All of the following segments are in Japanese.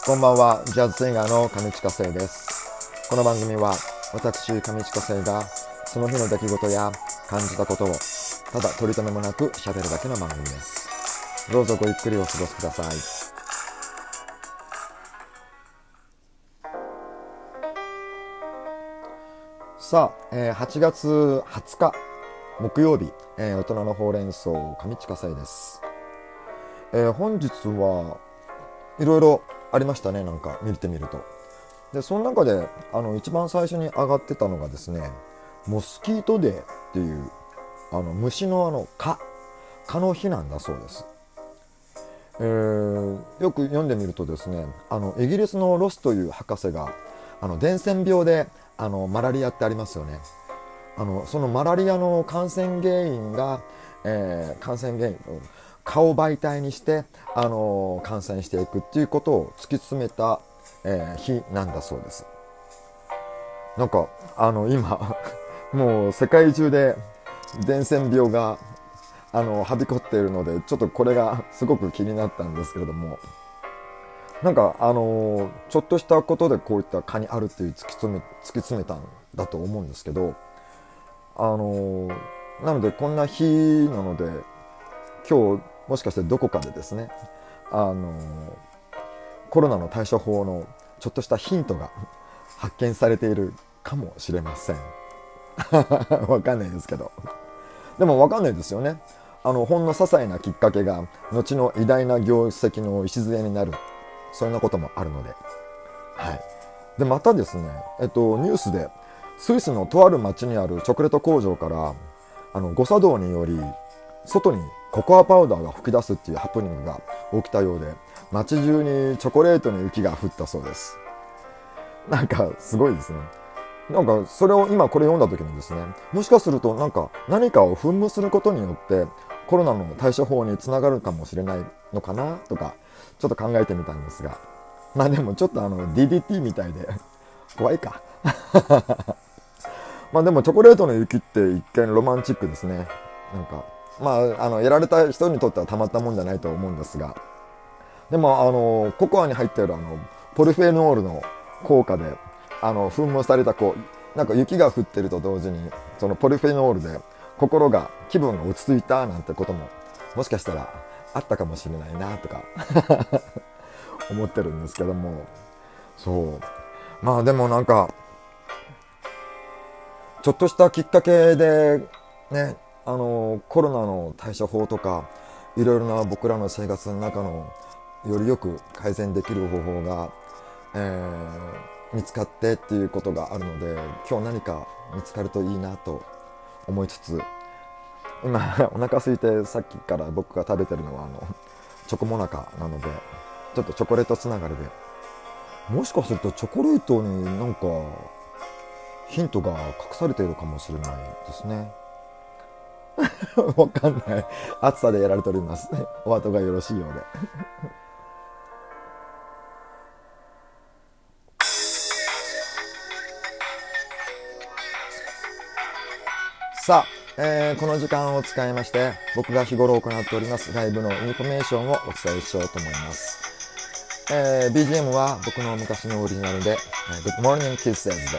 こんばんは、ジャズシンガーの上地下生です。この番組は私上地下生がその日の出来事や感じたことをただ取り留めもなく喋るだけの番組です。どうぞごゆっくりお過ごしください。さあ、8月20日木曜日、大人のほうれん草上地下生です。本日はいろいろありましたね。なんか見てみると、でその中で一番最初に上がってたのがですね、モスキートデーっていう虫の蚊の日なんだそうです。よく読んでみるとですね、イギリスのロスという博士が伝染病でマラリアってありますよね。そのマラリアの感染原因が、蚊を媒体にして感染していくっていうことを突き詰めた、日なんだそうです。なんか今もう世界中で伝染病がはびこっているので、ちょっとこれがすごく気になったんですけれども、なんかちょっとしたことでこういった蚊にあるっていう突き詰めたんだと思うんですけど、なのでこんな日なので、今日もしかしてどこかでですね、コロナの対処法のちょっとしたヒントが発見されているかもしれません。わかんないですけど、でもわかんないですよね。ほんの些細なきっかけが後の偉大な業績の礎になる、そんなこともあるので、はい。でまたですね、ニュースでスイスのとある町にあるチョコレート工場から誤作動により外にココアパウダーが吹き出すっていうハプニングが起きたようで、街中にチョコレートの雪が降ったそうです。なんかすごいですね。なんかそれを今これ読んだ時にですね、もしかすると何かを噴霧することによってコロナの対処法につながるかもしれないのかなとかちょっと考えてみたんですが、まあでもちょっとDDT みたいで怖いか。まあでもチョコレートの雪って一見ロマンチックですね。なんかまあやられた人にとってはたまったもんじゃないと思うんですが、でもココアに入っているポリフェノールの効果で噴霧されたなんか雪が降ってると同時にそのポリフェノールで気分が落ち着いたなんてことももしかしたらあったかもしれないなとか思ってるんですけども、そうまあでもなんかちょっとしたきっかけでね、コロナの対処法とかいろいろな僕らの生活の中のよりよく改善できる方法が、見つかってっていうことがあるので、今日何か見つかるといいなと思いつつ、今お腹空いてさっきから僕が食べてるのはチョコモナカなので、ちょっとチョコレートつながりで、もしかするとチョコレートになんかヒントが隠されているかもしれないですね。わかんない。暑さでやられております。お後がよろしいようで。さあ、この時間を使いまして僕が日頃行っておりますライブのインフォメーションをお伝えしようと思います。BGM は僕の昔のオリジナルで、Good Morning Kisses です。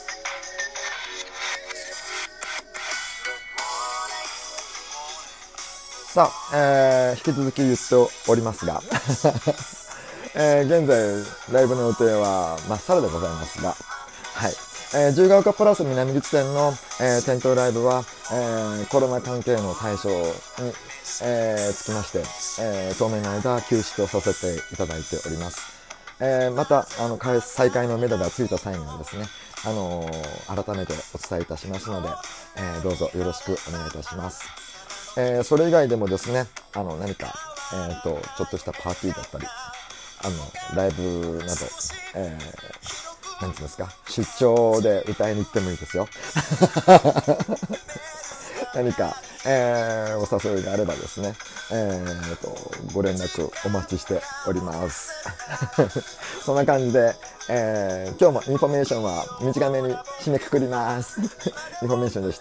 さあ、引き続き言っておりますが、現在ライブの予定はまっさらでございますが、はい、自由が丘プラス南口店の、店頭ライブは、コロナ関係の対象に、つきまして、当面の間休止とさせていただいております。また再開のめどがついた際にはですね、改めてお伝えいたしますので、どうぞよろしくお願いいたします。それ以外でもですね、何か、ちょっとしたパーティーだったり、ライブなど、なんていうんですか、出張で歌いに行ってもいいですよ。何か、お誘いがあればですね、ご連絡お待ちしております。そんな感じで、今日もインフォメーションは短めに締めくくります。インフォメーションでした。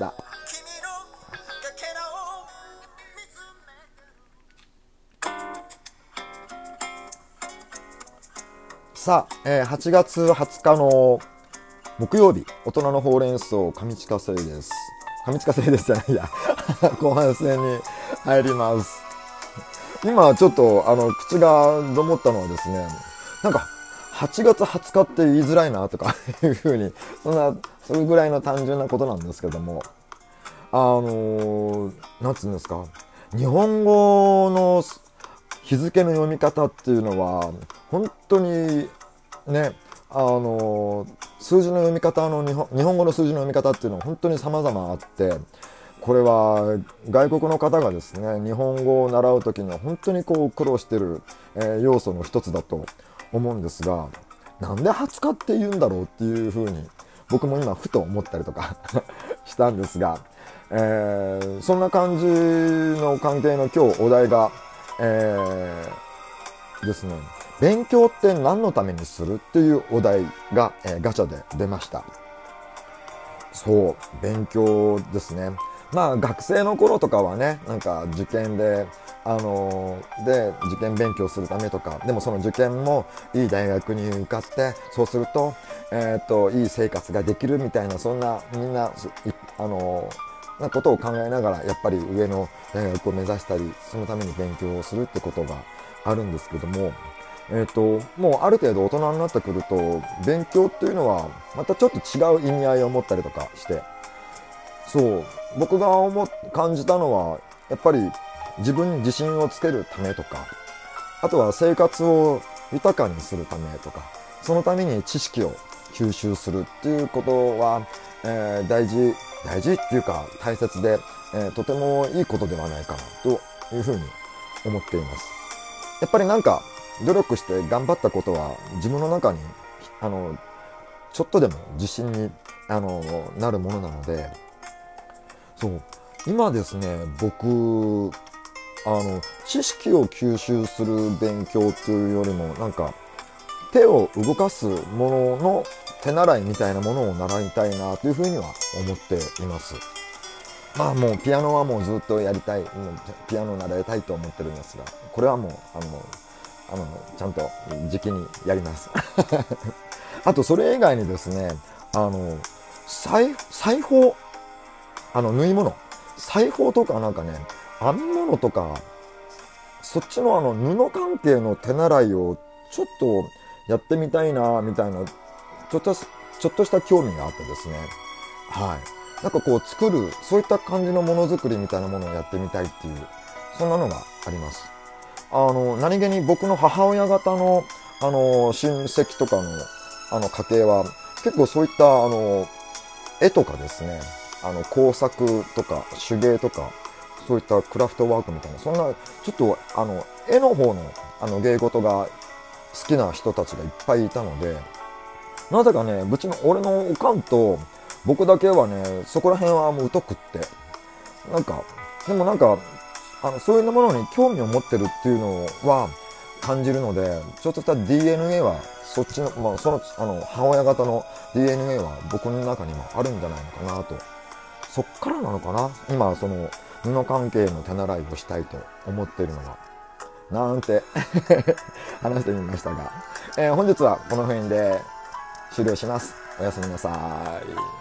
さあ、8月20日の木曜日、大人のほうれん草上近生です。上近生ですじゃないや。後半戦に入ります。今ちょっと口がどもったのはですね、なんか8月20日って言いづらいなとかいうふうに、それぐらいの単純なことなんですけども、なんつうんですか、日本語の日付の読み方っていうのは本当にね、数字の読み方の日本語の数字の読み方っていうのは本当に様々あって、これは外国の方がですね、日本語を習う時には本当にこう苦労してる、要素の一つだと思うんですが、なんで20日って言うんだろうっていうふうに僕も今ふと思ったりとかしたんですが、そんな感じの関係の今日お題が、ですね、勉強って何のためにするっていうお題が、ガチャで出ました。そう、勉強ですね。まあ学生の頃とかはね、なんか受験で、受験勉強するためとか、でもその受験もいい大学に受かって、そうすると、いい生活ができるみたいな、そんなみんな、なことを考えながら、やっぱり上の大学を目指したり、そのために勉強をするってことがあるんですけども、もうある程度大人になってくると、勉強っていうのはまたちょっと違う意味合いを持ったりとかして、そう、僕が感じたのは、やっぱり自分に自信をつけるためとか、あとは生活を豊かにするためとか、そのために知識を吸収するっていうことは、大事っていうか大切で、とてもいいことではないかなというふうに思っています。やっぱりなんか努力して頑張ったことは自分の中にちょっとでも自信になるものなので、そう今ですね、僕知識を吸収する勉強というよりも、なんか手を動かすものの手習いみたいなものを習いたいなというふうには思っています。まあもうピアノはもうずっとやりたい、もうピアノを習いたいと思ってるんですが、これはもうちゃんと時期にやります。あとそれ以外にですね、裁縫、縫い物、裁縫とかなんかね、編み物とか、そっちの布関係の手習いをちょっとやってみたいなみたいな、ちょっとした興味があってですね。はい。なんかこう作る、そういった感じのものづくりみたいなものをやってみたいっていう、そんなのがあります。何気に僕の母親方の、親戚とかの、家系は、結構そういった、絵とかですね、工作とか手芸とか、そういったクラフトワークみたいな、そんな、ちょっと、絵の方の、芸事が好きな人たちがいっぱいいたので、なぜかね、俺のおかんと、僕だけはね、そこら辺はもう疎くって、でもそういうものに興味を持ってるっていうのは感じるので、ちょっとした DNA は、そっちの、まあ、母親方の DNA は僕の中にもあるんじゃないのかなと。そっからなのかな、今、布関係の手習いをしたいと思っているのは。なんて話してみましたが、本日はこの辺で終了します。おやすみなさい。